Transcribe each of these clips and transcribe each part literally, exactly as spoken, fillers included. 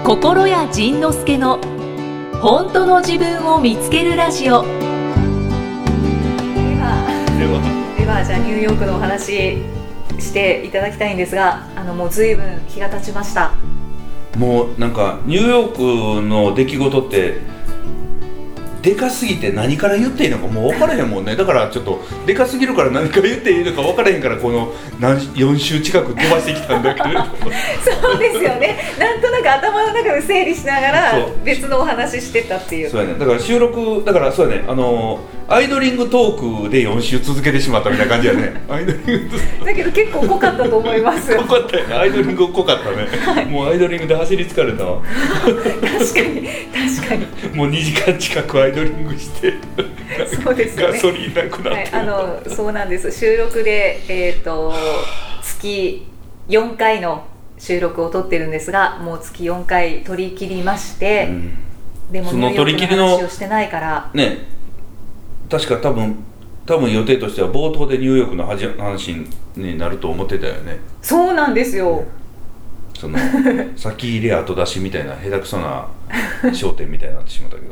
心谷仁之助の本当の自分を見つけるラジオ。では、ではじゃあニューヨークのお話していただきたいんですが、あのもう随分日が経ちました。 もうなんかニューヨークの出来事ってでかすぎて何から言っていいのかもう分からへんもんね。だからちょっとでかすぎるから何から言っていいのか分からへんからこのよん週近く飛ばしてきたんだけどそうですよね。なんとなく頭の中で整理しながら別のお話してたっていう。 そうやね。だから収録だからそうやね、あのアイドリングトークでよん週続けてしまったみたいな感じやねアイドリングだけど結構濃かったと思います濃かったよね。アイドリング濃かったね、はい、もうアイドリングで走り疲れたわ確かに確かにもうにじかん近くアイドリングしてそうですよね、 ガソリンなくなって、 はい、あのそうなんです。収録で、えー、と月よんかいの収録を撮ってるんですが、もう月よんかい取り切りまして、うん、でもニューヨークの話をしてないからね、確か多分多分予定としては冒頭でニューヨークの話になると思ってたよね。 そうなんですよ。 その先入れ後出しみたいな下手くそな焦点みたいになってしまったけど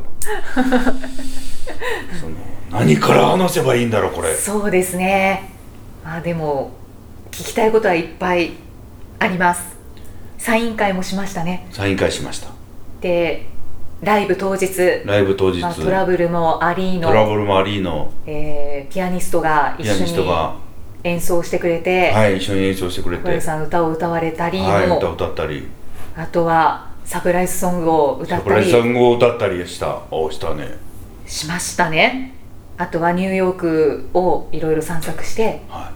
その何から話せばいいんだろうこれ。 そうですね。あ、でも聞きたいことはいっぱいあります。サイン会もしましたね。 サイン会しました。 でライブ当日ライブ当日、 まあ、トラブルもありのトラブルもありの、 えー、ピアニストが一緒に演奏してくれて、 はい、一緒に演奏してくれて、 小林さん歌を歌われたりも、 はい、歌を歌ったり、 あとはサプライズソングを歌ったり、サプライズソングを歌ったりしたおしたねしましたね。あとはニューヨークをいろいろ散策して、はい、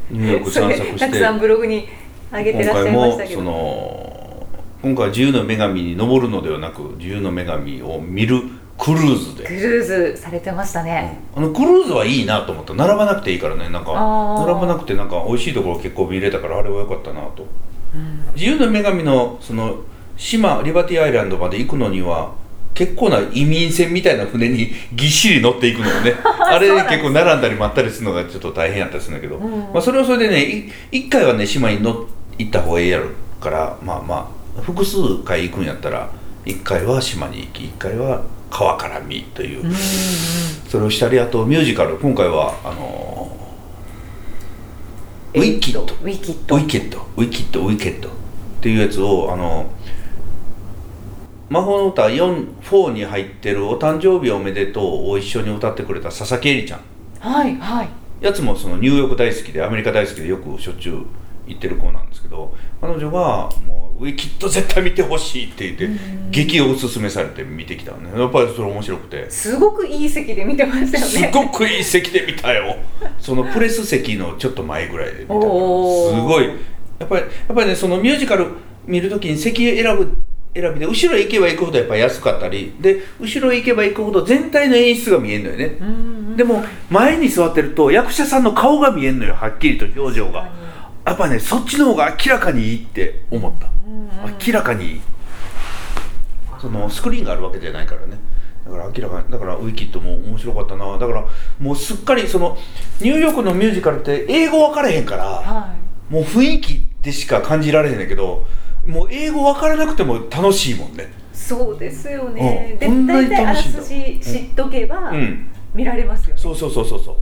ニューヨーク散策してたくさんブログに上げてらっしゃいましたけど、 今回もその今回は自由の女神に登るのではなく自由の女神を見るクルーズでクルーズされてましたね、 うん、あのクルーズはいいなと思った。並ばなくていいからね。なんか並ばなくてなんか美味しいところ結構見れたからあれは良かったなと、うん、自由の女神のその島リバティアイランドまで行くのには結構な移民船みたいな船にぎっしり乗っていくのよねあれ結構並んだり待ったりするのがちょっと大変やったりするんだけど、うん、まあ、それはそれでねいっかいはね島に乗行った方がいいやるからまあまあ複数回行くんやったらいっかいは島に行きいっかいは川から見という、うんうん、それをしたり、あとミュージカル今回はあのー、ウィキッドウィキッドウィキッドウィキッドウィキッドっていうやつをあの魔法の歌よん、よんに入ってるお誕生日おめでとうを一緒に歌ってくれた佐々木絵里ちゃん、 はいはい、 やつもそのニューヨーク大好きでアメリカ大好きでよくしょっちゅう行ってる子なんですけど、彼女がもうウィキッド絶対見てほしいって言って劇をおすすめされて見てきたのね。やっぱりそれ面白くてすごくいい席で見てましたよね。 すごくいい席で見たよそのプレス席のちょっと前ぐらいで見たからすごいやっぱりやっぱりね、そのミュージカル見るときに席選ぶ選びで後ろへ行けば行くほどやっぱり安かったりで、後ろへ行けば行くほど全体の演出が見えるのよね。うんうん、でも前に座ってると役者さんの顔が見えるのよ、はっきりと表情が。やっぱね、そっちの方が明らかにいいって思った、うんうん、明らかにいい。そのスクリーンがあるわけじゃないからね。だから明らかに、だからウィキッドも面白かったな。だからもうすっかりそのニューヨークのミュージカルって英語分からへんから、はい、もう雰囲気でしか感じられへんねんけど、もう英語分からなくても楽しいもんね。 そうですよね、うん、で大体あらすじ知っとけば、うん、見られますよね。 そうそうそうそうそう。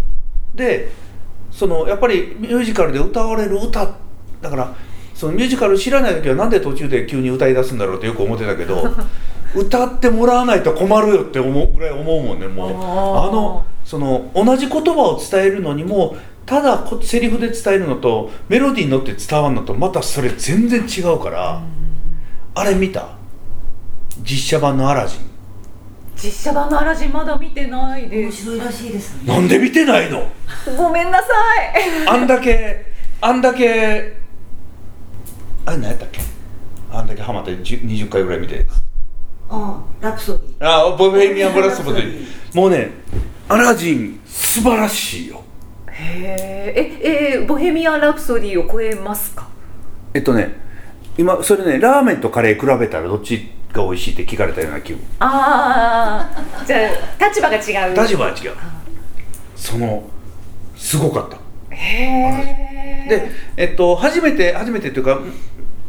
でそのやっぱりミュージカルで歌われる歌だから、そのミュージカル知らない時はなんで途中で急に歌い出すんだろうってよく思ってたけど歌ってもらわないと困るよって思うぐらい思うもんね。もうあのその同じ言葉を伝えるのにもただセリフで伝えるのとメロディーに乗って伝わるのとまたそれ全然違うから、うん、あれ見た？実写版のアラジン。 実写版のアラジンまだ見てないです。 面白いらしいですね。 なんで見てないの？ ごめんなさいあんだけあんだけあれ何やったっけ、あんだけハマってにじゅっかいぐらい見て、 ああラプソディ、 ああボヘミアン・ラプソディもうねアラジン素晴らしいよ。 へえ、え、ボヘミアン・ラプソディを超えますか？ えっとね今それねラーメンとカレー比べたらどっちが美味しいって聞かれたような気分。 ああ、じゃあ立場が違う。 立場が違う。そのすごかった。 へえ。 で、えっと初めて初めてというか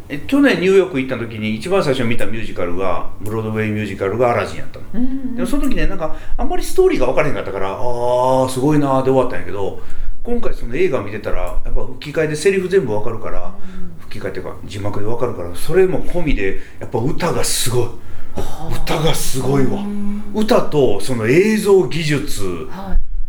え去年ニューヨーク行った時に一番最初に見たミュージカルがブロードウェイミュージカルがアラジンやったの、うんうん、でもその時ねなんかあんまりストーリーが分からへんかったからあーすごいなーで終わったんやけど今回その映画を見てたらやっぱ吹き替えでセリフ全部分かるから、うん、吹き替えっていうか字幕で分かるからそれも込みでやっぱ歌がすごい歌がすごいわ歌とその映像技術、はい、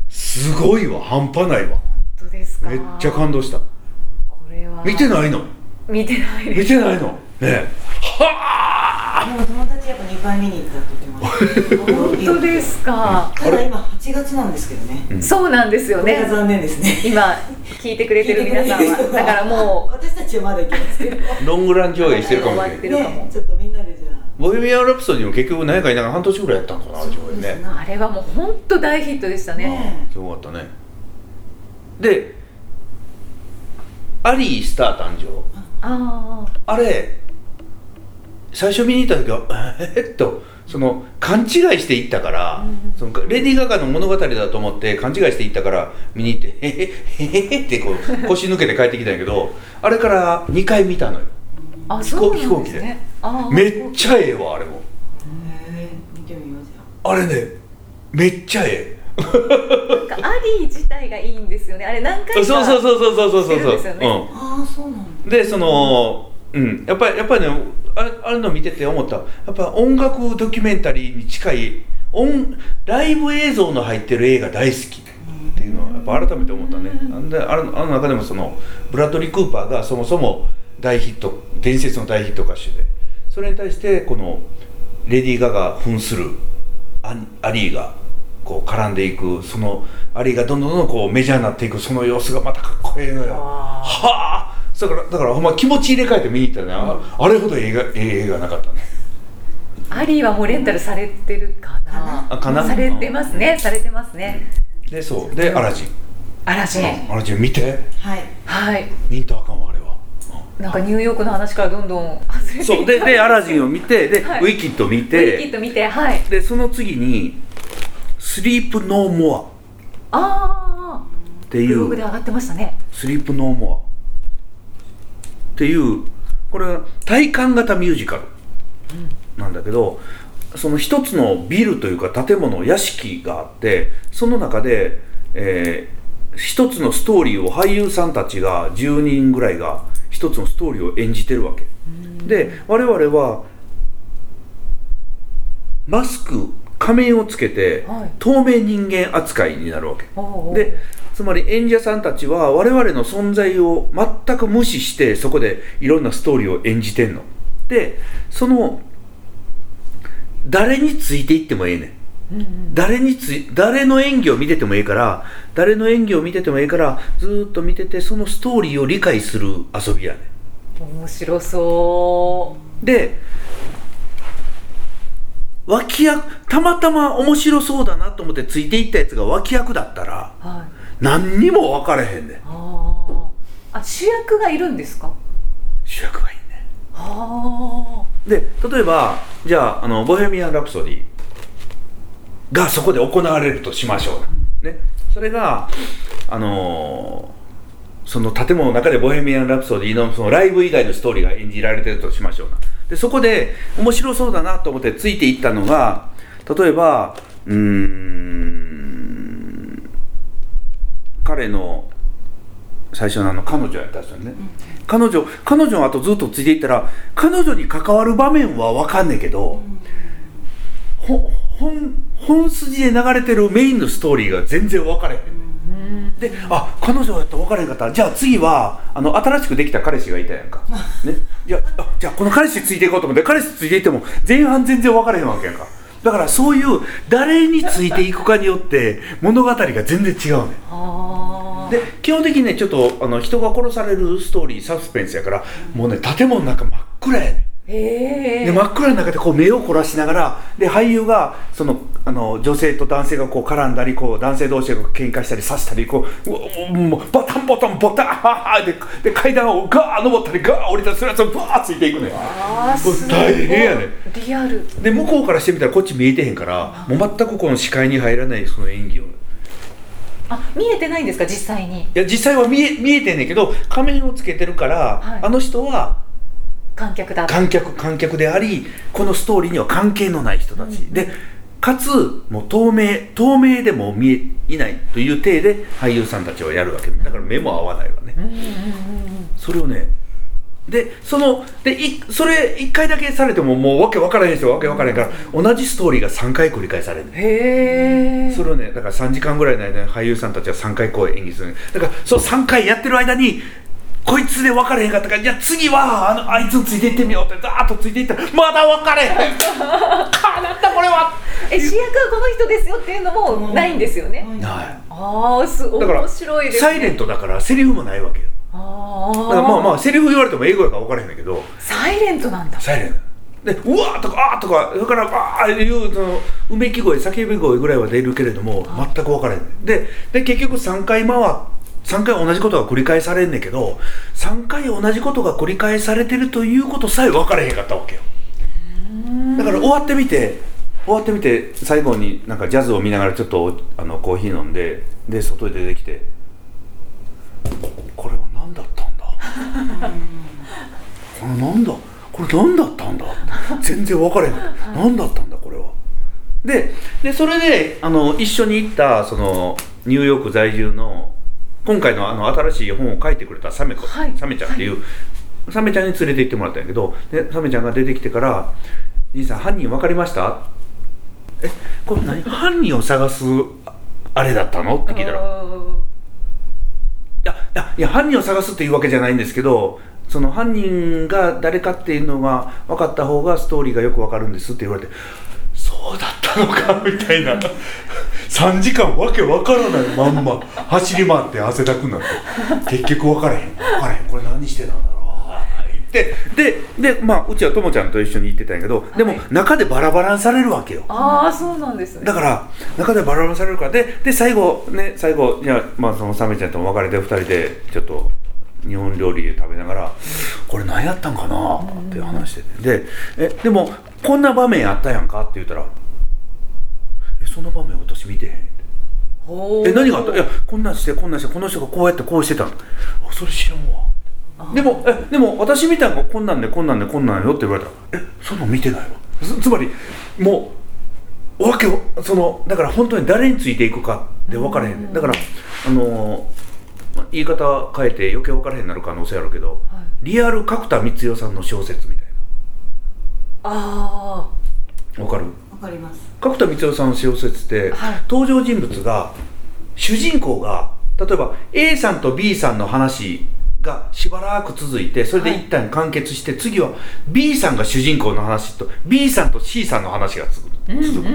すごいわ半端ないわ本当ですかめっちゃ感動したこれは見てないの見てないです見てないのねはぁ友達やっぱにかい見に行ったって言ってます本当ですか、 うん、ただ今はちがつなんですけどね、 うん、そうなんですよねこれが残念ですね今聞いてくれてる皆さんはだからもう私たちはまだ行けますけどロングラン上映してるかもしれないねちょっとみんなでじゃあボヘミアン・ラプソディも結局何やかいながら半年ぐらいやったんかな、 そうですね、 あれはもう本当大ヒットでしたね。 ねすごかったね。で、アリー・スター誕生。 ああ。 あれ最初見に行った時はえー、っとその勘違いしていったから、うん、そのレディー・ガガの物語だと思って勘違いしていったから見に行ってへへへへってこう腰抜けて帰ってきたんやけどあれからにかい見たのよ。 あ、 飛行機、飛行機でめっちゃええわあれも。 へー見てみようじゃあれねめっちゃええなんかアリー自体がいいんですよね。あれ何回かそうそうそうそうそうそうそうそう、 ね、うん、 ああそうなんだ。 でそのうんやっぱりやっぱりねあれ、あれの見てて思ったやっぱ音楽ドキュメンタリーに近い音ライブ映像の入ってる映画大好きっていうのはやっぱ改めて思ったね。なんであれあの中でもそのブラッドリー・クーパーがそもそも大ヒット伝説の大ヒット歌手でそれに対してこのレディー・ガガ扮するア, アリーがこう絡んでいくそのアリーがどんどんどんどんこうメジャーになっていくその様子がまたかっこいいのよ。はあだからだからほんま気持ち入れ替えて見に行ったらね、うん、あれほど映画、ええ映画なかったね。 アリーはもうレンタルされてるかな。 あかなされてますね、うん、されてますね。 でそうでアラジンアラジンアラジン見てはいはい見んとあかんわあれは。 なんかニューヨークの話からどんどん外れていそうででアラジンを見てで、はい、ウィキッド見てウィキッド見てはいでその次にスリープノーモアああっていうブログで上がってましたね。 スリープノーモアっていうこれは体感型ミュージカルなんだけど、うん、その一つのビルというか建物屋敷があってその中で、えー、一つのストーリーを俳優さんたちがじゅうにんぐらいが一つのストーリーを演じてるわけ、うん、で我々はマスク仮面をつけて、はい、透明人間扱いになるわけでつまり演者さんたちは我々の存在を全く無視してそこでいろんなストーリーを演じてんのでその誰についていってもええねん、うんうん、誰につい誰の演技を見ててもええから誰の演技を見ててもええからずっと見ててそのストーリーを理解する遊びやねん。面白そうで脇役たまたま面白そうだなと思ってついていったやつが脇役だったら、はい、何にも分からへんねん。 ああ主役がいるんですか。 主役がいんねん。 あで例えばじゃあ、あのボヘミアン・ラプソディがそこで行われるとしましょう、ね、それがあのー、その建物の中でボヘミアン・ラプソディ の, そのライブ以外のストーリーが演じられてるとしましょうな。でそこで面白そうだなと思ってついていったのが例えばうーん彼の最初のあの彼女やったんですよね、うん、彼女彼女の後ずっとついていったら彼女に関わる場面は分かんねえけど、うん、ほ 本, 本筋で流れてるメインのストーリーが全然分かれへんね、うん、であ彼女やったら分からへんかったじゃあ次はあの新しくできた彼氏がいたやんか、ね、じゃあじゃあこの彼氏ついていこうと思って彼氏ついていっても前半全然分からへんわけやんか。だからそういう誰についていくかによって物語が全然違うねん。で基本的にねちょっとあの人が殺されるストーリーサスペンスやから、うん、もうね建物の中真っ暗やねん。 へで真っ暗の中でこう目を凝らしながらで俳優がそのあの女性と男性がこう絡んだりこう男性同士が喧嘩したり刺したりこううもうバタンボタンボタンはでで階段をガー登ったりガー降りたりするやつをバーついていくねん。 あーすごい大変やねん。 リアルで向こうからしてみたらこっち見えてへんからもう全くこの視界に入らないその演技をあ見えてないんですか実際に。いや実際は見え、見えてんねんけど仮面をつけてるから、はい、あの人は観客だ観客観客であり、このストーリーには関係のない人たち、うん、でかつもう透明透明でも見えいないという体で俳優さんたちはやるわけだから目も合わないわね、うんうんうんうん、それをねでそのでいそれいっかいだけされてももうわけ分からへん人はわけ分からへんから、うん、同じストーリーがさんかい繰り返される。 へー。 それをねだからさんじかんぐらいの間に俳優さんたちはさんかいこう演技する。だからそのさんかいやってる間にこいつで分かれへんかったから、じゃあ次はあのあいつについていってみようってザーッとついていったらまだ分かれへんかなんだこれはえ主役はこの人ですよっていうのもないんですよね、 うん、ない。 ああす面白いですね。 サイレントだからセリフもないわけよ。あだからまあまあセリフ言われても英語やから分からへんだけどサイレントなんだ。 サイレントでうわーとかあーとかだからああいうそのうめき声叫び声ぐらいは出るけれども全く分からへんでで結局さんかい回ってさんかい同じことが繰り返されんねんけどさんかい同じことが繰り返されてるということさえ分からへんかったわけよ。だから終わってみて終わってみて最後になんかジャズを見ながらちょっとあのコーヒー飲んでで外に出てきてこれは何だったんだこれなんだこれ何だったんだ全然分からへん何だったんだこれは。ででそれであの一緒に行ったそのニューヨーク在住の今回 の, あの新しい本を書いてくれたサメ子、はい、サメちゃんっていう、はい、サメちゃんに連れて行ってもらったんやけどでサメちゃんが出てきてから「兄さん犯人分かりました？えこれ何犯人を探すあれだったの?」って聞いたら「いやいやいや犯人を探すっていうわけじゃないんですけどその犯人が誰かっていうのが分かった方がストーリーがよく分かるんです」って言われて「そうだったのか」みたいなさんじかんわけわからないまんま走り回って汗だくになって結局分からへん分からへんこれ何してたんだろうってででまあうちはともちゃんと一緒に行ってたんやけど、はい、でも中でバラバラにされるわけよ。 ああそうなんですね。 だから中でバラバラにされるからでで最後ね最後いやまあそのサメちゃんとも別れてふたりでちょっと日本料理食べながらこれ何やったんかなって話しててでえでもこんな場面あったやんかって言ったらえその場面私見てへんってえ何があったいやこんなんしてこんなんしてこの人がこうやってこうしてたのそれ知らんわでもえでも私見たのこんなんでこんなんでこんなんよって言われたらえそんなん見てないわ つ, つまりもうわけそのだから本当に誰についていくかって分からへん、ね、だからあの言い方変えて余計分からへんなる可能性あるけど、はい、リアル角田光代さんの小説みたいなああ分かる分かります。 角田光代さんの小説って、はい、登場人物が主人公が例えば A さんと B さんの話がしばらく続いてそれで一旦完結して、はい、次は B さんが主人公の話と B さんと C さんの話が続く、うんうんうんうん、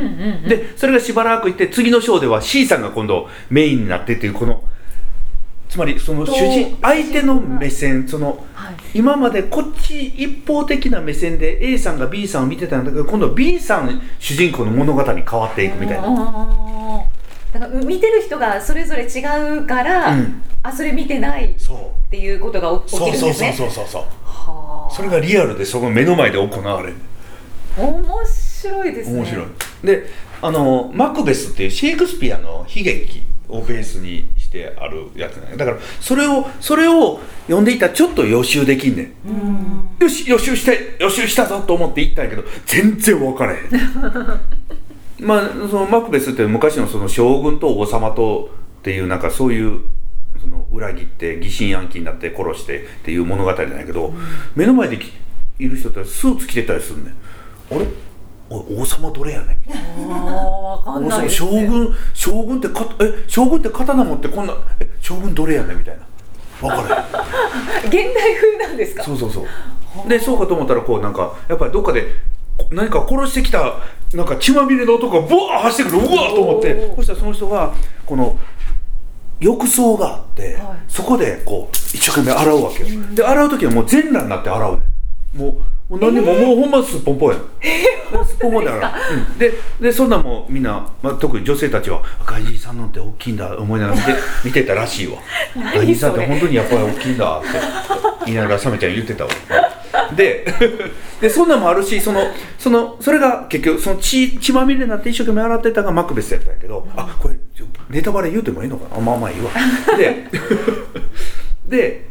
でそれがしばらくいって次の章では C さんが今度メインになってっていうこのつまりその主人相手の目線その、はい、今までこっち一方的な目線で A さんが B さんを見てたんだけど今度 B さん主人公の物語に変わっていくみたいな。 だから見てる人がそれぞれ違うから、うん、あそれ見てないっていうことが起きるんですね。 そうそうそうそうそうはそれがリアルでその目の前で行われる。 面白いですね。 面白いであのマクベスっていうシェイクスピアの悲劇をベースにしてあるやつね。だからそれをそれを読んでいったらちょっと予習できんねん。うんよし予習して予習したぞと思って行ったんやけど全然分からへんまあそのマクベスって昔のその将軍と王様とっていうなんかそういうその裏切って疑心暗鬼になって殺してっていう物語じゃないけど、うん、目の前でいる人ってスーツ着てたりするねん。あれ王様どれやねんみたいな。 あ分かんないですね。 将軍将軍ってかえ将軍って刀持ってこんなえ将軍どれやねんみたいな分からへん現代風なんですか。 そうそうそうでそうかと思ったらこうなんかやっぱりどっかで何か殺してきたなんか血まみれの男がブワー走ってくるうわーと思ってそしたらその人がこの浴槽があって、はい、そこでこう一生懸命洗うわけよ、うん、で洗う時はもう全裸になって洗うねんもうもう何も、えー、もうほんますっぽんぽんやん、えー、すっぽんぽんで洗う、うん、で, でそんなんもみんな、まあ、特に女性たちは外人さんのって大きいんだ思いながら見て, 見てたらしいわ外人さんって本当にやっぱり大きいんだって言いながらサメちゃん言ってたわで, でそんなんもあるしそのそのそれが結局その 血, 血まみれになって一生懸命洗ってたのがマクベスやったんやけど、うん、あこれネタバレ言うてもいいのかなまあまあいいわでで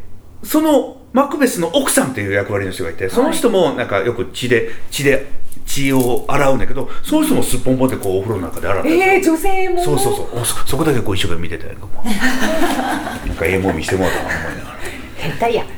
そのマクベスの奥さんっていう役割の人がいて、その人もなんかよく血で血で血を洗うんだけど、その人もすっぽんぽんでこうお風呂の中で洗って、 えー、女性もそうそうそう、そ, そこだけこう一生懸命見てたやんかもうなんかええもん見してもらったな思いながら変態や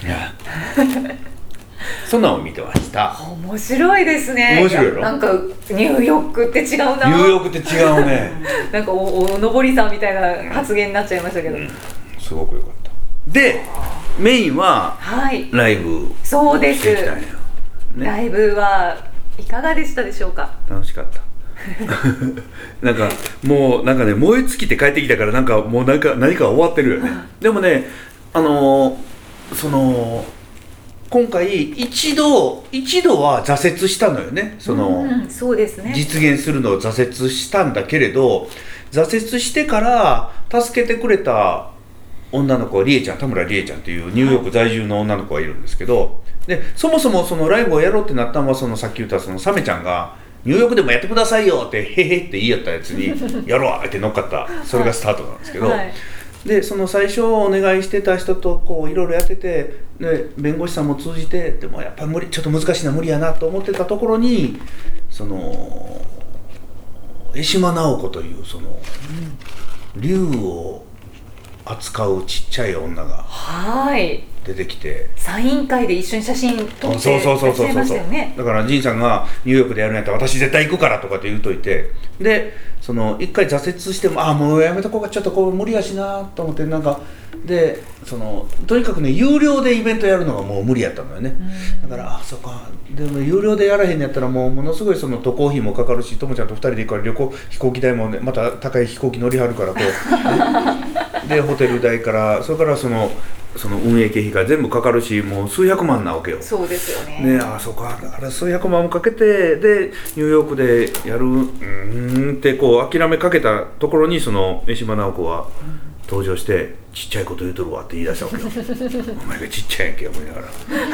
そんなのを見てました。 面白いですね。 面白いの？ なんかニューヨークって違うな。 ニューヨークって違うねなんか お, おのぼりさんみたいな発言になっちゃいましたけど、うん、 すごく良かった。でメインはライブ、 はい、そうです、ね、ライブはいかがでしたでしょうか？ 楽しかったなんかもうなんかね燃え尽きて帰ってきたからなんかもうなんか何か終わってるよねでもねあのー、その今回一度一度は挫折したのよね。その、 うん、そうですね。 実現するのを挫折したんだけれど、挫折してから助けてくれた女の子はリエちゃん、田村リエちゃんっていうニューヨーク在住の女の子がいるんですけど、でそもそもそのライブをやろうってなったのはそのさっき言ったそのサメちゃんがニューヨークでもやってくださいよってへへって言いやったやつにやろうって乗っかったそれがスタートなんですけど、はいはい、でその最初お願いしてた人とこういろいろやってて、で弁護士さんも通じて、でもやっぱ無理、ちょっと難しいな無理やなと思ってたところにその江島直子というその竜を扱うちっちゃい女が出てきて、はい、 サイン会で一緒に写真撮っていらっしゃいましたよね。 だから仁さんがニューヨークでやるんやったら私絶対行くからとかって言うといて、でその一回挫折してもああもうやめとこうかちょっとこう無理やしなと思って、なんかでそのとにかくね有料でイベントやるのがもう無理やったのよね。だからあそうか、でも有料でやらへんやったらもうものすごいその渡航費もかかるし、ともちゃんとふたりで行くから旅行飛行機代もねまた高い飛行機乗りはるからこうでホテル代からそれからそのその運営経費が全部かかるし、もう数百万なわけよ。 そうですよね。 ね、あそうか、だから数百万もかけてでニューヨークでやるうーんってこう諦めかけたところにその江島直子は登場して、うん、ちっちゃいこと言うとるわって言い出したわけよお前がちっちゃいやんけ思いなが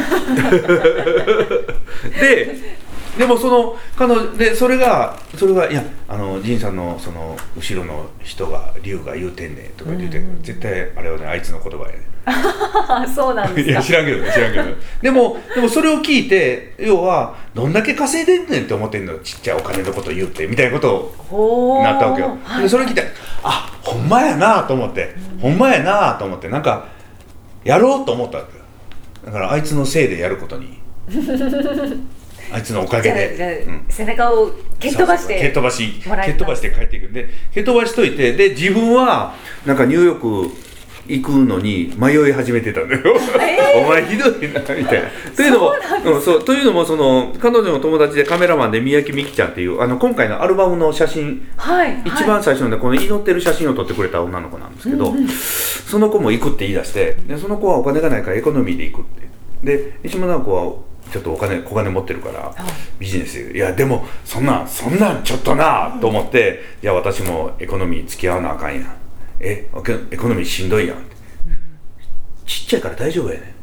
らででもその彼女でそれがそれがいやあの仁さんのその後ろの人が龍が言うてんねんとか言うて、うん、絶対あれはねあいつの言葉やねそうなんですか。 いや知らんけどね知らんけどでもでもそれを聞いて、要はどんだけ稼いでんねんって思ってんの、ちっちゃいお金のこと言うてみたいなことになったわけよ。でそれ聞いてあほんまやなと思って、うん、ほんまやなと思ってなんかやろうと思ったわけよ。だからあいつのせいでやることにあいつのおかげでじゃあじゃあ、うん、背中を蹴っ飛ばして蹴っ飛ばし蹴っ飛ばして帰っていくんで、蹴っ飛ばしといて、で自分はなんかニューヨーク行くのに迷い始めてたんだよ、えー、お前ひどいなみたいなというのもそう、そうというのもその彼女の友達でカメラマンで宮城美希ちゃんっていうあの今回のアルバムの写真、はい、一番最初の、ね、この祈ってる写真を撮ってくれた女の子なんですけど、うんうん、その子も行くって言い出して、でその子はお金がないからエコノミーで行くって、で江島直子はちょっとお金小金持ってるからビジネスで、いやでもそんなんそんなんちょっとなと思って、いや私もエコノミー付き合わなあかんやん、えエコノミーしんどいやんって、ちっちゃいから大丈夫やね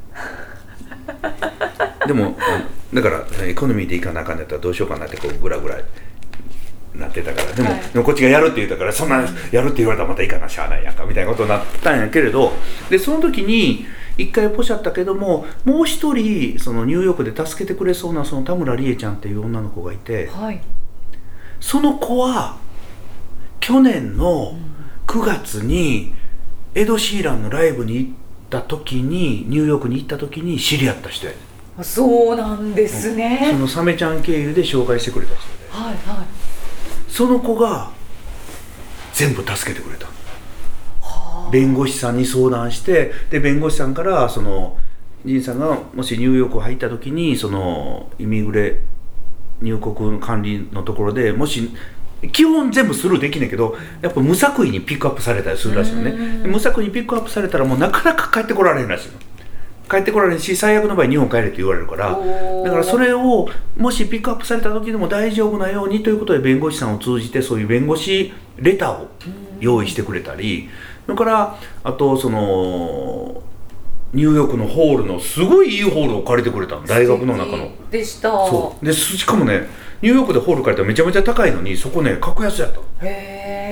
んでもだからエコノミーでいかなあかんやったらどうしようかなってこうぐらぐらなってたから、でも、はい、でもこっちがやるって言ったからそんなやるって言われたらまたいかなしゃあないやんかみたいなことになったんやけれど、でその時に一回ポシャったけども、もう一人そのニューヨークで助けてくれそうなその田村理恵ちゃんっていう女の子がいて、はい、その子は去年のくがつにエド・シーランのライブに行った時にニューヨークに行った時に知り合った人やね。 そうなんですね。 そのサメちゃん経由で紹介してくれた人で、はいはい、その子が全部助けてくれた。弁護士さんに相談して、で弁護士さんからその仁さんがもしニューヨーク入った時にそのイミグレ入国の管理のところでもし基本全部スルーできないけど、やっぱ無作為にピックアップされたりするらしいよね。無作為にピックアップされたらもうなかなか帰ってこられへんらしいの。帰ってこられんし、最悪の場合日本帰れって言われるから、だからそれをもしピックアップされた時でも大丈夫なようにということで弁護士さんを通じてそういう弁護士レターを用意してくれたり、それからあとそのニューヨークのホールのすごいいいホールを借りてくれたの、大学の中のでした。 そうでしかもねニューヨークでホール借りたらめちゃめちゃ高いのに、そこね格安やった。 へ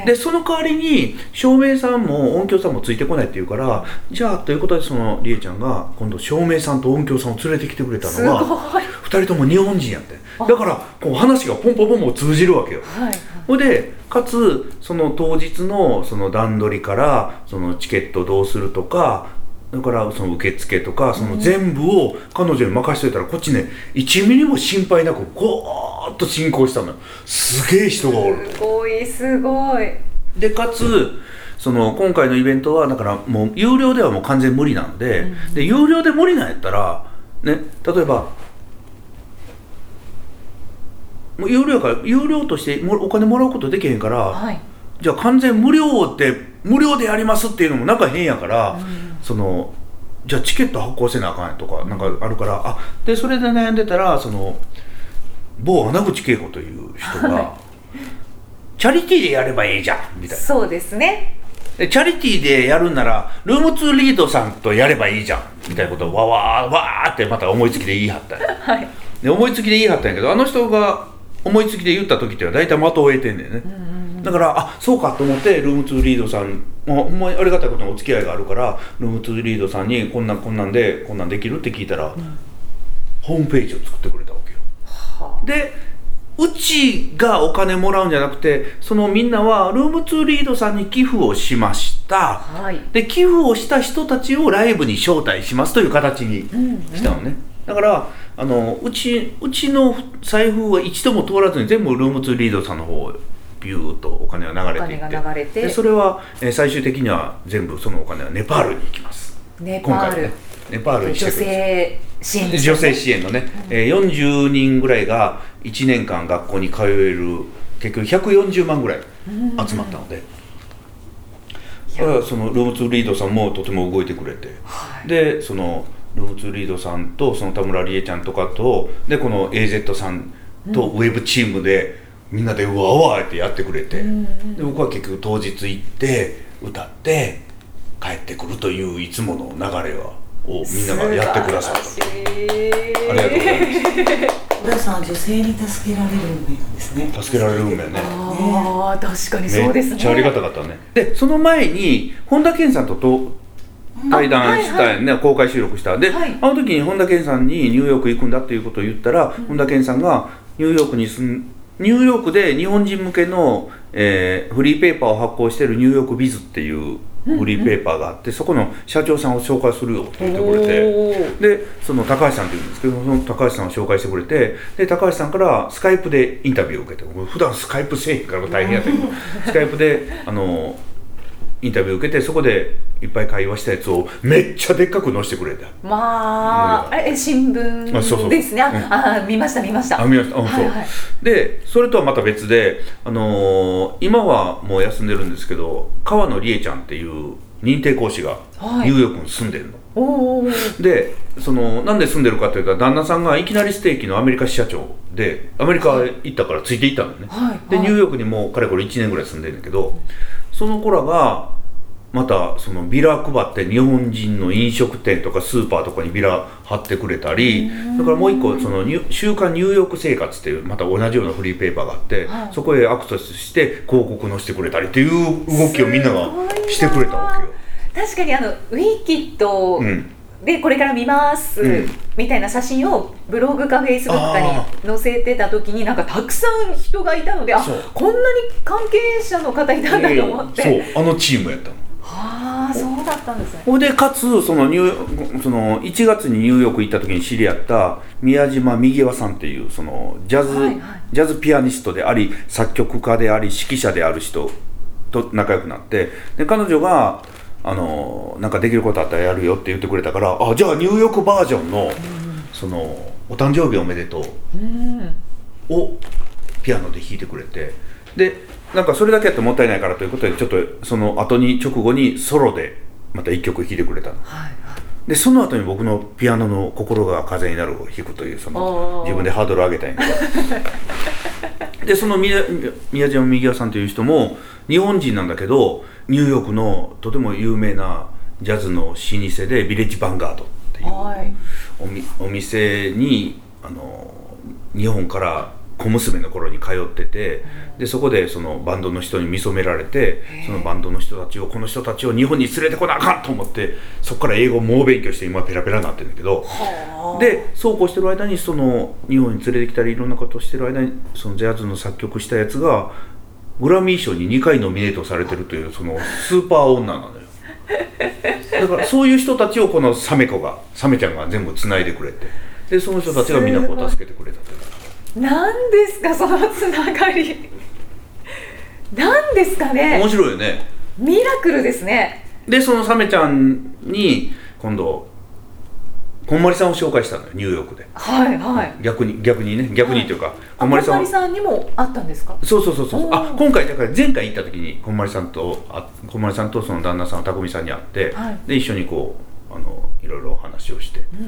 でその代わりに照明さんも音響さんもついてこないって言うから、じゃあということでそのりえちゃんが今度照明さんと音響さんを連れてきてくれたのがふたりとも日本人やって。だからこう話がポンポンポンポン通じるわけよ。 はい、 ほいでかつその当日のその段取りからそのチケットどうするとか、だからその受付とかその全部を彼女に任しといたらこっちねいちミリも心配なくゴーッと進行したのよ。すげえ人がおる。 すごいすごい。 でかつその今回のイベントはだからもう有料ではもう完全無理なので、うん、で有料で無理なんやったらね、例えばもう有料から有料としてお金もらうことできへんから、はい、じゃあ完全無料って無料でやりますっていうのもなんか変やから、うん、そのじゃあチケット発行せなあかんやとかなんかあるから、あでそれで悩んでたらその某穴口恵子という人が、はい、チャリティーでやればいいじゃんみたいな。 そうですね。 でチャリティーでやるんならルームツーリードさんとやればいいじゃんみたいなことをわわーわーってまた思いつきで言い張ったんや、はい、で思いつきで言い張ったんやけど、あの人が思いつきで言った時っていうのは大体的を得てんだよね、うんうんうん、だからあそうかと思ってルームツーリードさんもほんまにありがたいことにお付き合いがあるからルームツーリードさんにこんなんこんなんでこんなんできるって聞いたら、うん、ホームページを作ってくれたわけよ、はあ、でうちがお金もらうんじゃなくてそのみんなはルームツーリードさんに寄付をしました、はい、で寄付をした人たちをライブに招待しますという形にしたのね、うんうん、だからあのうちうちの財布は一度も通らずに全部ルームツーリードさんの方ビューッとお金が流れていって、お金が流れてでそれは、えー、最終的には全部そのお金はネパールに行きます。 ネパール、今回ね、 ネパールにしてくれる女性支援、ね、 女性支援のね、うんえー、よんじゅうにんぐらいがいちねんかん学校に通える結局ひゃくよんじゅうまんぐらい集まったので、うん、そのルームツーリードさんもとても動いてくれて、はい、でそのルームツーリードさんとその田村理恵ちゃんとかとでこの エーゼット さんとウェブチームでみんなでうわうわってやってくれて、うん、で僕は結局当日行って歌って帰ってくるといういつもの流れをみんながやってくださった。ありがとうございます。 小田さんは女性に助けられる運命なんですね。 助けられる運命ね。 ああ、確かにそうですね。 めっちゃありがたかったね。でその前に本田健さんとと対談したよね、はいはい、公開収録したで、はい、あの時に本田健さんにニューヨーク行くんだっていうことを言ったら、うん、本田健さんがニューヨークに住んニューヨークで日本人向けの、えー、フリーペーパーを発行しているニューヨークビズっていうフリーペーパーがあって、うんうん、そこの社長さんを紹介するよって言ってくれて、でその高橋さんっていうんですけどその高橋さんを紹介してくれて、で高橋さんからスカイプでインタビューを受けて、普段スカイプせえへんから大変やったけどスカイプであのインタビュー受けてそこでいっぱい会話したやつをめっちゃでっかく載せてくれた。 まあ、え新聞ですね。あ、そうそう、うん、あ見ました見ましたあ見ました、うん、そう、はいはい、でそれとはまた別で、あのー、今はもう休んでるんですけど川野理恵ちゃんっていう認定講師がニューヨークに住んでるの、はい、でそのなんで住んでるかというと旦那さんがいきなりステーキのアメリカ支社長でアメリカ行ったからついていったのね、はいはい、でニューヨークにもうかれこれいちねんぐらい住んでるんだけど、その子らがまたそのビラ配って日本人の飲食店とかスーパーとかにビラ貼ってくれたり、だからもう一個その週刊ニューヨーク生活っていうまた同じようなフリーペーパーがあって、はい、そこへアクセスして広告載せてくれたりっていう動きをみんながしてくれたわけよ。 確かにあのウィキッドでこれから見ます、うん、みたいな写真をブログかフェイスブックかに載せてた時になんかたくさん人がいたので、あこんなに関係者の方いたんだと思って、 えー、そうあのチームやったの。 はあ、そうだったんですね。 ほいでかつそのニューそのいちがつにニューヨーク行った時に知り合った宮島みぎわさんっていうそのジャズ、はいはい、ジャズピアニストであり作曲家であり指揮者である人と仲良くなって、で彼女があのなんかできることあったらやるよって言ってくれたから、あじゃあニューヨークバージョンの、うん、そのお誕生日おめでとう、うん、をピアノで弾いてくれて、でなんかそれだけやってもったいないからということでちょっとその後に直後にソロでまたいっきょく弾いてくれたの、はいはい、でその後に僕のピアノの心が風になるを弾くというその自分でハードル上げたんやけどでその宮島みぎわさんという人も日本人なんだけどニューヨークのとても有名なジャズの老舗でビレッジヴァンガードっていう お, みお店にあの日本から小娘の頃に通ってて、でそこでそのバンドの人に見初められて、そのバンドの人たちをこの人たちを日本に連れてこなあかんと思って、そこから英語を猛勉強して今ペラペラになってるんだけど、でそうこうしてる間にその日本に連れてきたりいろんなことをしてる間にそのジャズの作曲したやつがグラミー賞ににかいノミネートされてるというそのスーパー女なのよ。だからそういう人たちをこのサメ子がサメちゃんが全部つないでくれて、でその人たちがみんなこう助けてくれたという。 何ですかそのつながり。何ですかね。 面白いよね。 ミラクルですね。 でそのサメちゃんに今度こんまりさんを紹介したのよ、ニューヨークで。 はいはい。 逆に逆にね逆にというか、はい、 こんまりさんこんまりさんにも会ったんですか。 そうそうそうそう。あ今回だから前回行った時にこんまりさんとあこんまりさんとその旦那さんたくみさんに会って、はい、で一緒にこうあのいろいろお話をして、うん、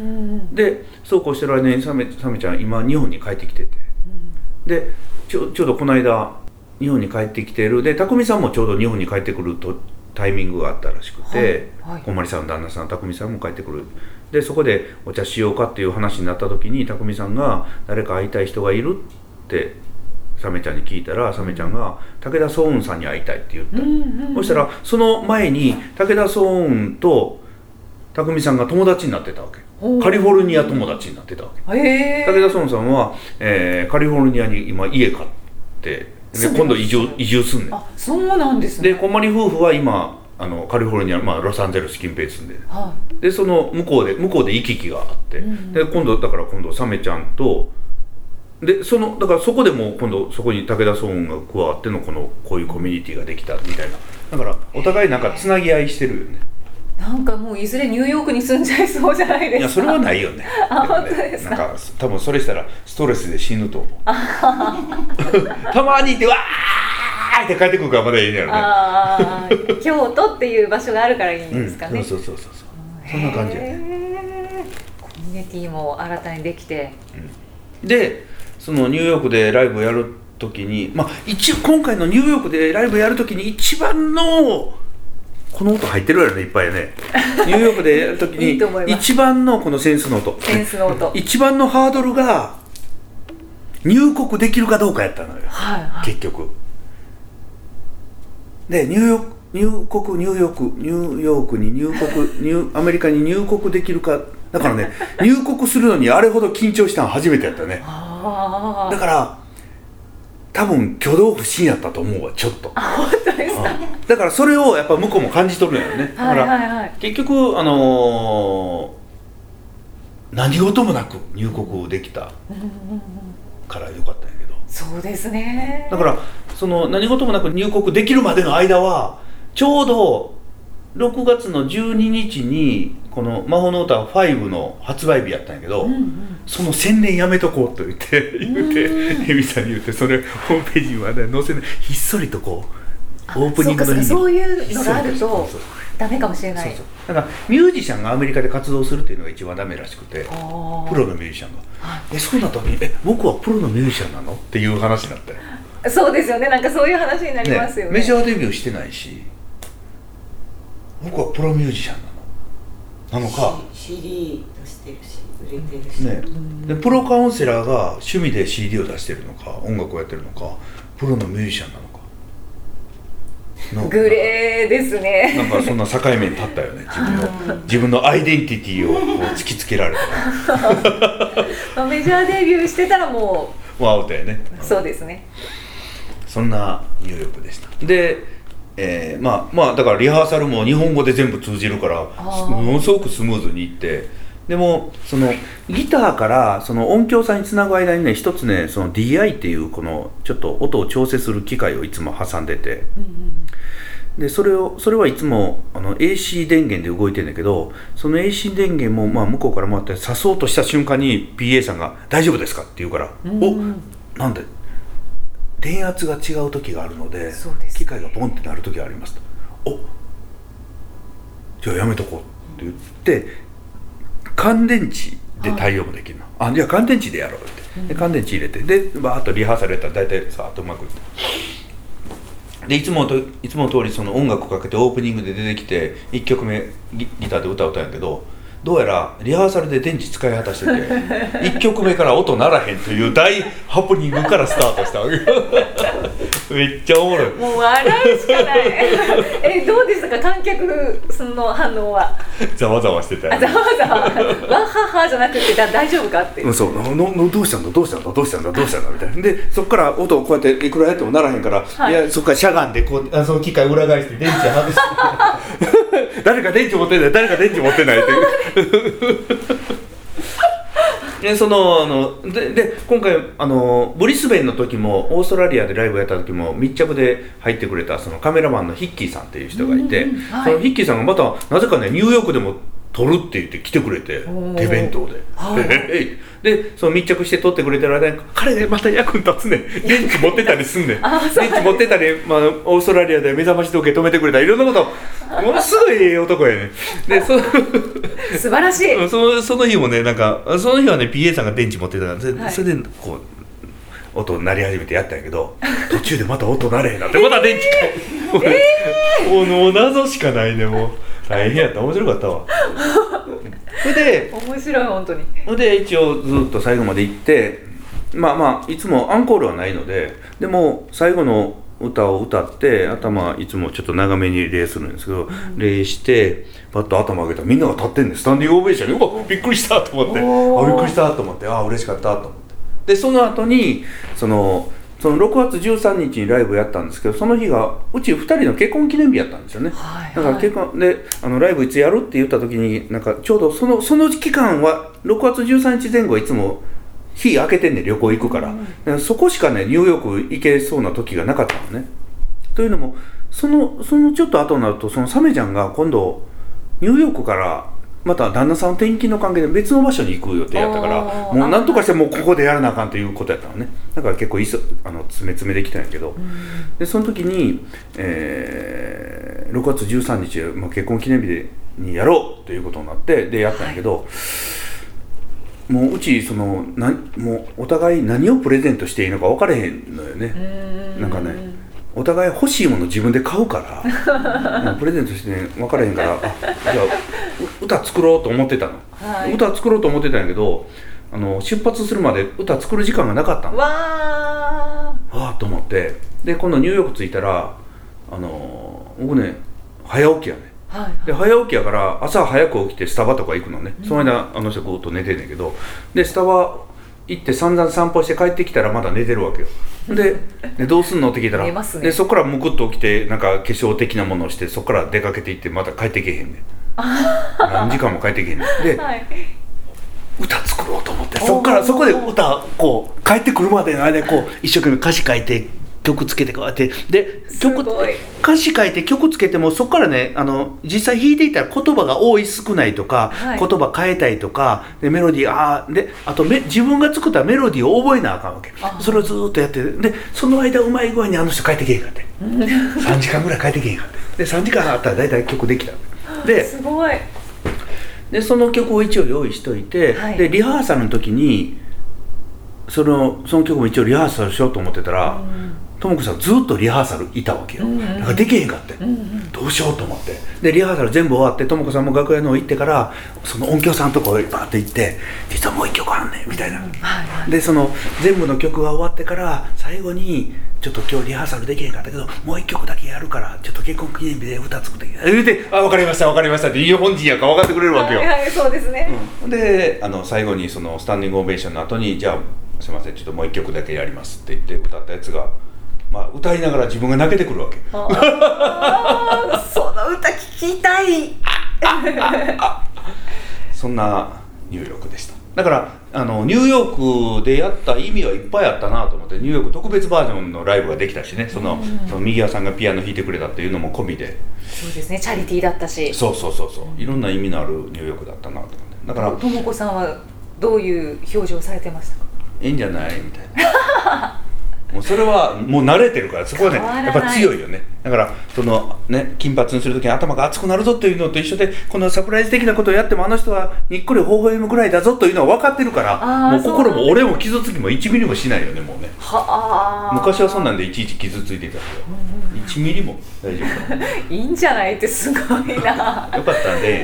でそうこうしてる間にサメサメちゃん今日本に帰ってきてて、うん、でちょちょうどこの間日本に帰ってきてるで、たくみさんもちょうど日本に帰ってくるとタイミングがあったらしくて、はいはい、こんまりさんの旦那さんたくみさんも帰ってくる。でそこでお茶しようかっていう話になった時にたくみさんが誰か会いたい人がいるってサメちゃんに聞いたら、サメちゃんが武田壮雲さんに会いたいって言った、うんうんうん、そしたらその前に武田壮雲とたくみさんが友達になってたわけ。カリフォルニア友達になってたわけ。武田壮雲さんは、えー、カリフォルニアに今家買ってで今度移住移住すんねん。 あそうなんですね。 でこんまり夫婦は今あのカリフォルニア、まあ、ロサンゼルス近辺住んでる、はい、でその向こうで向こうで行き来があって、うん、で今度だから今度サメちゃんとでそのだからそこでもう今度そこに武田壮雲が加わってのこのこういうコミュニティができたみたいな、だからお互いなんかつなぎ合いしてるよね。 なんかもういずれニューヨークに住んじゃいそうじゃないですか。 いやそれはないよね。 あ本当ですか。 なんか多分それしたらストレスで死ぬと思う。たまにいてわーって帰ってくるからまだいいんやろね。 あ京都っていう場所があるからいいんですかね。 うん、そうそうそうそうそんな感じやね。コミュニティも新たにできて、 うん、でそのニューヨークでライブをやるときに、まあ一応今回のニューヨークでライブやるときに一番のこの音入ってるやろね、いっぱいね。ニューヨークでやるときにいい一番のこのセンスの音センスの音一番のハードルが入国できるかどうかやったのよ、はいはい、結局でニューヨーク入国ニューヨークニューヨークに入国ニューアメリカに入国できるかだからね入国するのにあれほど緊張したの初めてやったね。あだから多分挙動不審やったと思うわちょっと。 あ本当ですか。 だからそれをやっぱ向こうも感じ取るんやろね。だから、はいはいはい、結局あのー、何事もなく入国できたからよかったんやけど。 そうですね。 だからその何事もなく入国できるまでの間はちょうどろくがつのじゅうににちにこの魔法の歌ファイブの発売日やったんやけど、うんうん、その宣伝やめとこうと言って言ってエミさんに言ってそれホームページにはね載せないひっそりとこうオープニングの日にそういうのがあるとダメかもしれない。そうそうだからミュージシャンがアメリカで活動するっていうのが一番ダメらしくて、プロのミュージシャンがえそうなった時にえ僕はプロのミュージシャンなのっていう話になったよ。 そうですよね。なんかそういう話になりますよね。 ねメジャーデビューしてないし僕はプロミュージシャンなのなのかシーディー 出してるし売れてるし、 ね、でプロカウンセラーが趣味で シーディー を出してるのか音楽をやってるのかプロのミュージシャンなのかのグレーですね。 なんかそんな境目に立ったよね自分の自分のアイデンティティをこう突きつけられたメジャーデビューしてたらもうもうアウトやね。 そうですね。 そんなニューヨークでした。でえー、まあまあだからリハーサルも日本語で全部通じるからものすごくスムーズにいって、でもそのギターからその音響さんにつなぐ間にね一つねその ディーアイ っていうこのちょっと音を調整する機械をいつも挟んでて、うんうん、でそれをそれはいつもあの エーシー 電源で動いてるんだけど、その エーシー 電源もまあ向こうから回って刺そうとした瞬間に ピーエー さんが大丈夫ですかって言うから、うんうん、おなんで電圧が違う時があるの で, で、ね、機械がポンってなる時がありますと。おじゃあやめとこうって言って乾電池で対応もできるの、はい、あじゃあ乾電池でやろうって、うん、で乾電池入れてでバーッとリハーサルやったら大体さーっとうまくいってでいつもといつもの通りその音楽かけてオープニングで出てきていっきょくめ ギ, ギターで歌う歌うんやけどどうやらリハーサルで電池使い果たしてていっきょくめから音鳴らへんという大ハプニングからスタートしたわけめっちゃおもろい。 もう笑うしかないえどうでしたか観客その反応は。 ざわざわしてたよ、ね、 ざわざわわははじゃなくてだ大丈夫かって、 うん、そうののどうしたんだどうしたんだどうしたんだどうしたんだみたいなでそこから音をこうやっていくらやっても鳴らへんから、はい、いやそこからしゃがんでこうあその機械裏返して電池外して誰か電池持ってない誰か電池持ってないってでそのあの で, で今回あのブリスベンの時もオーストラリアでライブやった時も密着で入ってくれたそのカメラマンのヒッキーさんっていう人がいて、うんうんはい、そのヒッキーさんがまたなぜかねニューヨークでも撮るって言って来てくれて手弁当で、はい、でその密着して撮ってくれてる間に彼ねまた役に立つね電池持ってたりすんねん電池持ってたり、まあ、オーストラリアで目覚まし時計止めてくれたりいろんなことものすごいええ男やねでそ素晴らしいその、その日もねなんかその日はね ピーエー さんが電池持ってたからそれ、はい、それでこう音鳴り始めてやったんやけど途中でまた音鳴れへんなってまた電池変え、えー、もうもう謎しかないねもう大変やった面白かったわそれで面白い本当にそれで一応ずっと最後まで行ってまあまあいつもアンコールはないのででも最後の歌を歌って頭いつもちょっと長めに礼するんですけど、うん、礼してパッと頭上げたらみんなが立ってんねスタンディングオベーションにうわびっくりしたと思ってあびっくりしたと思ってあ嬉しかったと思ってでその後にそのそのろくがつじゅうさんにちにライブやったんですけどその日がうちふたりの結婚記念日やったんですよね、はいはい、だから結婚であのライブいつやるって言った時になんかちょうどそのその期間はろくがつじゅうさんにちぜん後いつも日空けてんね旅行行くから、うん、だからそこしかねニューヨーク行けそうな時がなかったのねというのもそのそのちょっと後になるとそのサメちゃんが今度ニューヨークからまた旦那さん転勤の関係で別の場所に行く予定やったからもう何とかしてもうここでやらなあかんということやったのねだから結構いそあの詰め詰めできたんやけど、うん、でその時に、えー、ろくがつじゅうさんにち、まあ、結婚記念日でにやろうということになってでやったんやけど、はい、もううちそのなもうお互い何をプレゼントしていいのか分からへんのよねんなんかねお互い欲しいもの自分で買うからプレゼントして、ね、分からへんからあじゃあ歌作ろうと思ってたの、はい、歌作ろうと思ってたんやけどあの出発するまで歌作る時間がなかったのわーわーと思ってで今度ニューヨーク着いたらあの僕ね早起きやね、はいはい、で早起きやから朝早く起きてスタバとか行くのね、うん、その間あの人ずっと寝てんねんけどでスタバ行って散々散歩して帰ってきたらまだ寝てるわけよで, でどうすんのって聞いたら、ね、でそこからむくっと起きてなんか化粧的なものをしてそこから出かけていってまた帰ってけへんねん何時間も帰ってけへんねんで、はい、歌作ろうと思ってそこからそこで歌こう帰ってくるまでの間こう一生懸命歌詞書いて曲つけてこうやってで曲歌詞書いて曲つけてもそこからねあの実際弾いていたら言葉が多い少ないとか、はい、言葉変えたいとかでメロディーあであとめ自分が作ったメロディーを覚えなあかんわけそれをずっとやってでその間うまい具合にあの人帰ってけへんかってさんじかんぐらい帰ってけへんかってでさんじかんあったら大体曲できたですごいでその曲を一応用意しといて、はい、でリハーサルの時にそのその曲も一応リハーサルしようと思ってたら、うんともこさんずっとリハーサルいたわけよ、うんうん、だからできへんかって、うんうん、どうしようと思ってでリハーサル全部終わってともこさんも楽屋の方行ってからその音響さんのところにバーって行って実はもう一曲あんねんみたいな、うんはいはい、でその全部の曲が終わってから最後にちょっと今日リハーサルできへんかったけどもう一曲だけやるからちょっと結婚記念日で歌作って言うてあ分かりました分かりましたって日本人やから分かってくれるわけよ、 はいはい、そうですね、 うん、であの最後にそのスタンディングオベーションの後にじゃあすいませんちょっともう一曲だけやりますって言って歌ったやつがまあ、歌いながら自分が泣けてくるわけあその歌聞きたいそんなニューヨークでしただからあのニューヨークでやった意味はいっぱいあったなと思ってニューヨーク特別バージョンのライブができたしねその、うん、その右輪さんがピアノ弾いてくれたっていうのも込みでそうですねチャリティーだったしそうそうそうそういろんな意味のあるニューヨークだったなと思ってだからともこさんはどういう表情されてましたかいいんじゃないみたいなもうそれはもう慣れてるからそこはねやっぱ強いよねだからそのね金髪にするときに頭が熱くなるぞというのと一緒でこのサプライズ的なことをやってもあの人はにっこり微笑むぐらいだぞというのは分かってるからもう心も俺も傷つきもいちミリもしないよねもうねは昔はそんなんでいちいち傷ついていたけどいちミリも大丈夫いいんじゃないってすごいなよかったんで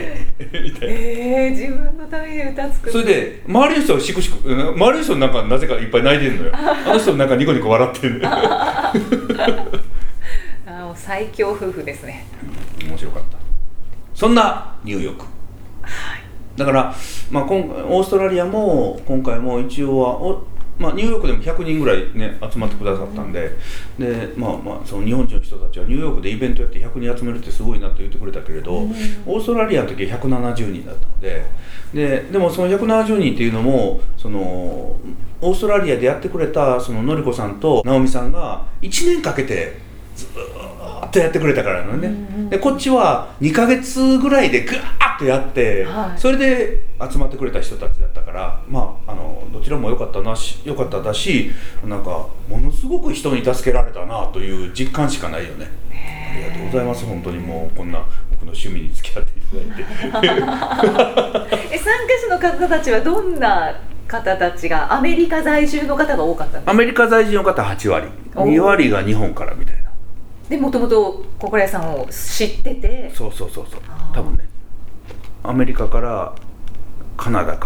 みたいな。 えー、自分のために歌作って、 それで周りの人はしくしく、周りの人なんかなぜかいっぱい泣いてるのよ。あの人なんかニコニコ笑ってるのよ。 あもう最強夫婦ですね。 面白かった。そんなニューヨーク、 はい、 だから、まあ、今オーストラリアも今回も一応はお、まあ、ニューヨークでもひゃくにんぐらい、ね、集まってくださったんで、で、まあまあ、その日本人の人たちはニューヨークでイベントやってひゃくにん集めるってすごいなと言ってくれたけれど、オーストラリアの時はひゃくななじゅうにんだったので、で、でもそのひゃくななじゅうにんっていうのもそのオーストラリアでやってくれたそののりこさんと直美さんがいちねんかけてずーっとやってくれたからなのね、うんうん、でこっちはにかげつぐらいでグワーッとやって、はい、それで集まってくれた人たちだったから、まあ、あのどちらも良かったなし良かっただし、なんかものすごく人に助けられたなという実感しかないよね。ありがとうございます。本当にもうこんな僕の趣味に付き合っていただいてえ参加者の方たちはどんな方たちが、アメリカ在住の方が多かったんですか？ アメリカ在住の方はちわり、にわりが日本からみたいな。 でもともと心屋さんを知ってて、 そうそうそうそう、多分ね、アメリカからカナダから、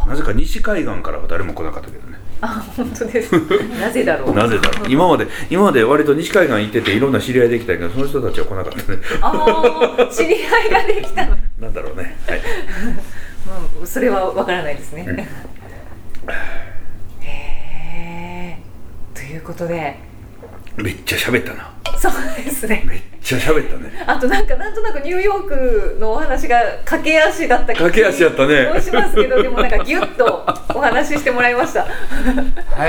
なぜか西海岸からは誰も来なかったけどね。 あ、本当ですなぜだろうなぜだろう今まで今まで割と西海岸行ってていろんな知り合いできたけど、その人たちは来なかったね。 ああ、知り合いができたのなんだろうね、はいもうそれはわからないですね、うん、へえ、ということでめっちゃ喋ったな。 そうですね、 めっちゃ喋ったね。 あとなんかなんとなくニューヨークのお話が駆け足だった気が駆け足だったねしますけど、でもなんかギュッとお話ししてもらいましたはい、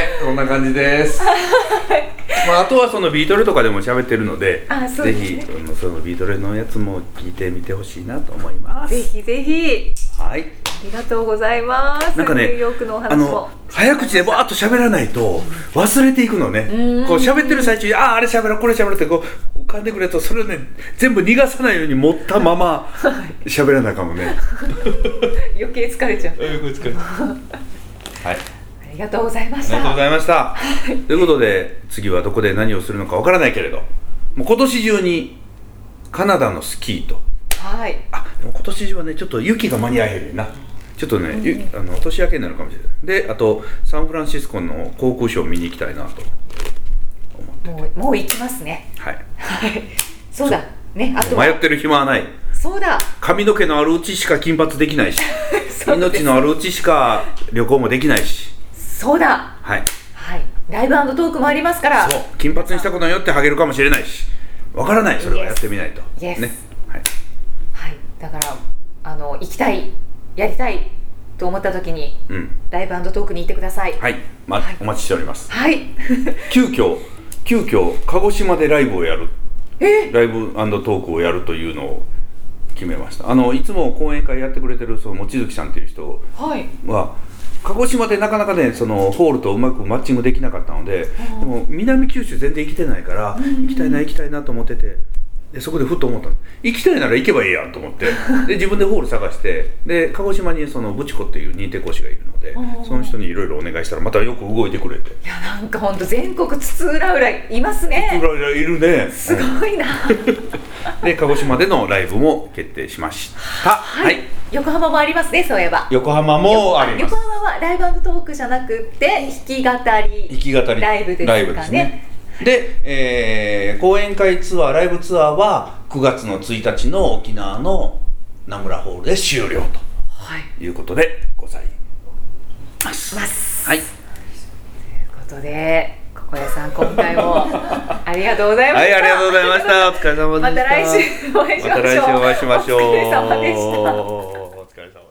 こんな感じですまあ、あとはそのビートルとかでも喋ってるので、 あ、そうですね、 ぜひそのビートルのやつも聞いてみてほしいなと思います。 ぜひぜひ、 はい、 ありがとうございます。 なんかね、 ニューヨークのお話も、あの早口でバーッと喋らないと忘れていくのね。こう喋ってる最中に、あああれ喋ろうこれ喋ろうってこう浮かんでくれると、それをね全部逃がさないように持ったまま喋らないかもね余計疲れちゃう余計疲れちゃうはい、 ありがとうございました。 ありがとうございましたということで、次はどこで何をするのかわからないけれど、もう今年中にカナダのスキーと、 はい、 あ、でも今年中はねちょっと雪が間に合えへんな、ちょっとね、うん、あの年明けになるかもしれない。で、あとサンフランシスコの航空ショーを見に行きたいなと思ってて、 もう、もう行きますね。 はい、 はい、そうだね、あと迷ってる暇はない。 そうだ、 髪の毛のあるうちしか金髪できないし命のあるうちしか旅行もできないし、 そうだ、 はい、 はい、ライブ&トークもありますから、 そう、金髪にしたことによってハゲるかもしれないし、わからない、それはやってみないと、 イエス、 ね、はい、 はい、だからあの行きたい、やりたいと思った時に、うん、ライブ&トークに行ってください。 はい、ま、はい、お待ちしております。 はい。 急遽急遽鹿児島でライブをやる、 えライブ&トークをやるというのを決めました。あのいつも講演会やってくれてるその望月さんっていう人は、はい、鹿児島でなかなかねそのホールとうまくマッチングできなかったので、でも南九州全然行きてないから、行きたいな行きたいなと思ってて、でそこでふっと思ったの、行きたいなら行けばいいやんと思って、で自分でホール探して、で鹿児島にそのブチコっていう認定講師がいるので、その人にいろいろお願いしたらまたよく動いてくれて、いやなんかほんと全国津々浦々いますね。 津々浦々いるね、 すごいなで鹿児島でのライブも決定しました。はい、はい、 横浜もありますね。そういえば横浜もあります。 横浜はライブ&トークじゃなくて弾き語り弾き語りライブですかね。ライブですね。 で、えー、講演会ツアー、ライブツアーはくがつのついたちの沖縄の名村ホールで終了ということでございます。 ます。 はい。 ということで、心屋さん今回もありがとうございました。 はい、ありがとうございました。お疲れ様でした。 また来週お会いしましょう。 また来週お会いしましょう。 お疲れ様でした。 お疲れ様でした。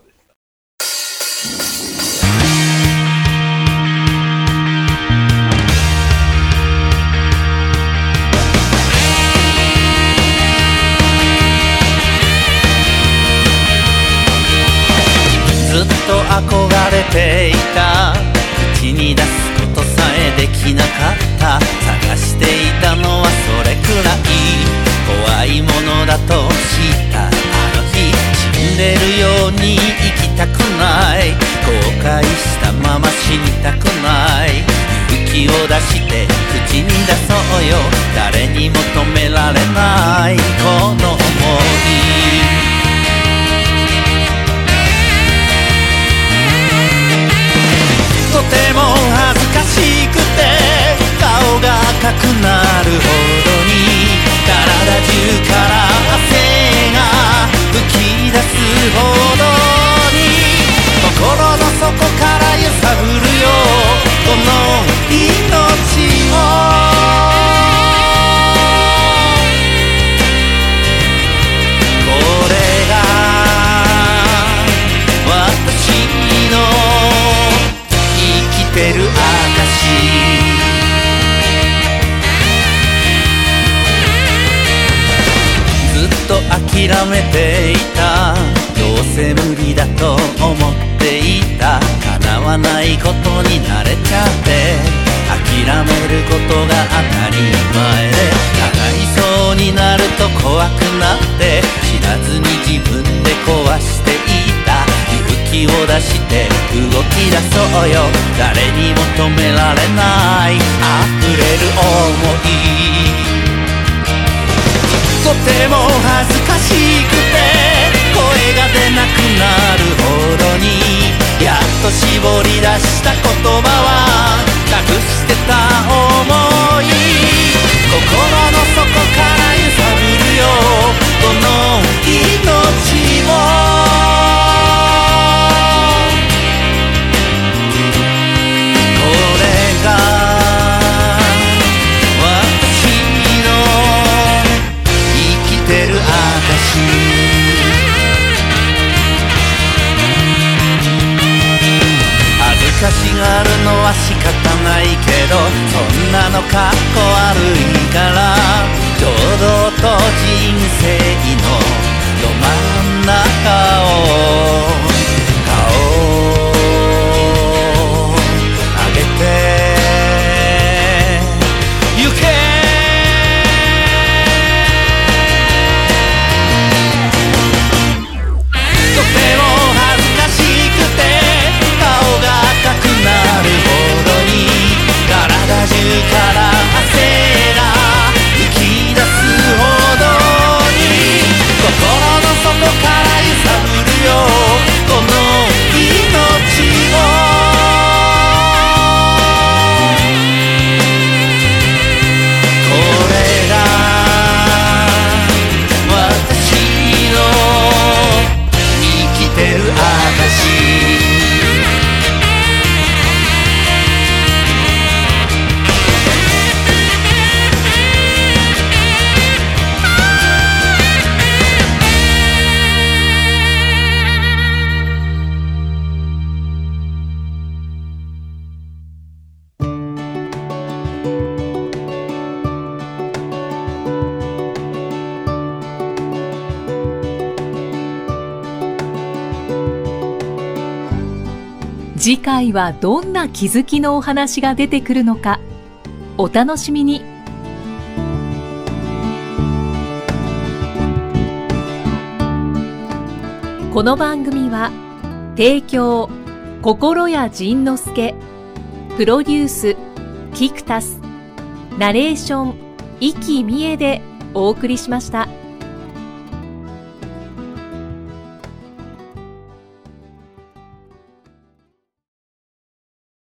ずっと憧れていた、口に出すことさえできなかった、探していたのはそれくらい怖いものだと知ったあの日、死んでるように生きたくない、後悔したまま死にたくない、勇気を出して口に出そうよ、誰にも止められないこの想い、 諦めていた、どうせ無理だと思っていた、叶わないことに慣れちゃって諦めることが当たり前で、叶いそうになると怖くなって知らずに自分で壊していた、勇気を出して動き出そうよ、誰にも止められない溢れる想い、とても恥ずかしくて声が出なくなるほどに、やっと絞り出した言葉は隠してた想い、心の底から揺さぶるよこの命を、これが恥ずかしがるのは仕方ないけど、そんなのかっこ悪いから、堂々と人生のど真ん中を顔を上げて行け、とても恥ずかしくて顔が赤くなるほどに、体中から汗が浮き出すほどに、心の底から揺さぶるよこの命を、これが私の生きてる証。 次回はどんな気づきのお話が出てくるのか、お楽しみに。この番組は提供心谷仁之助、プロデュースキクタス、ナレーション生きみえでお送りしました。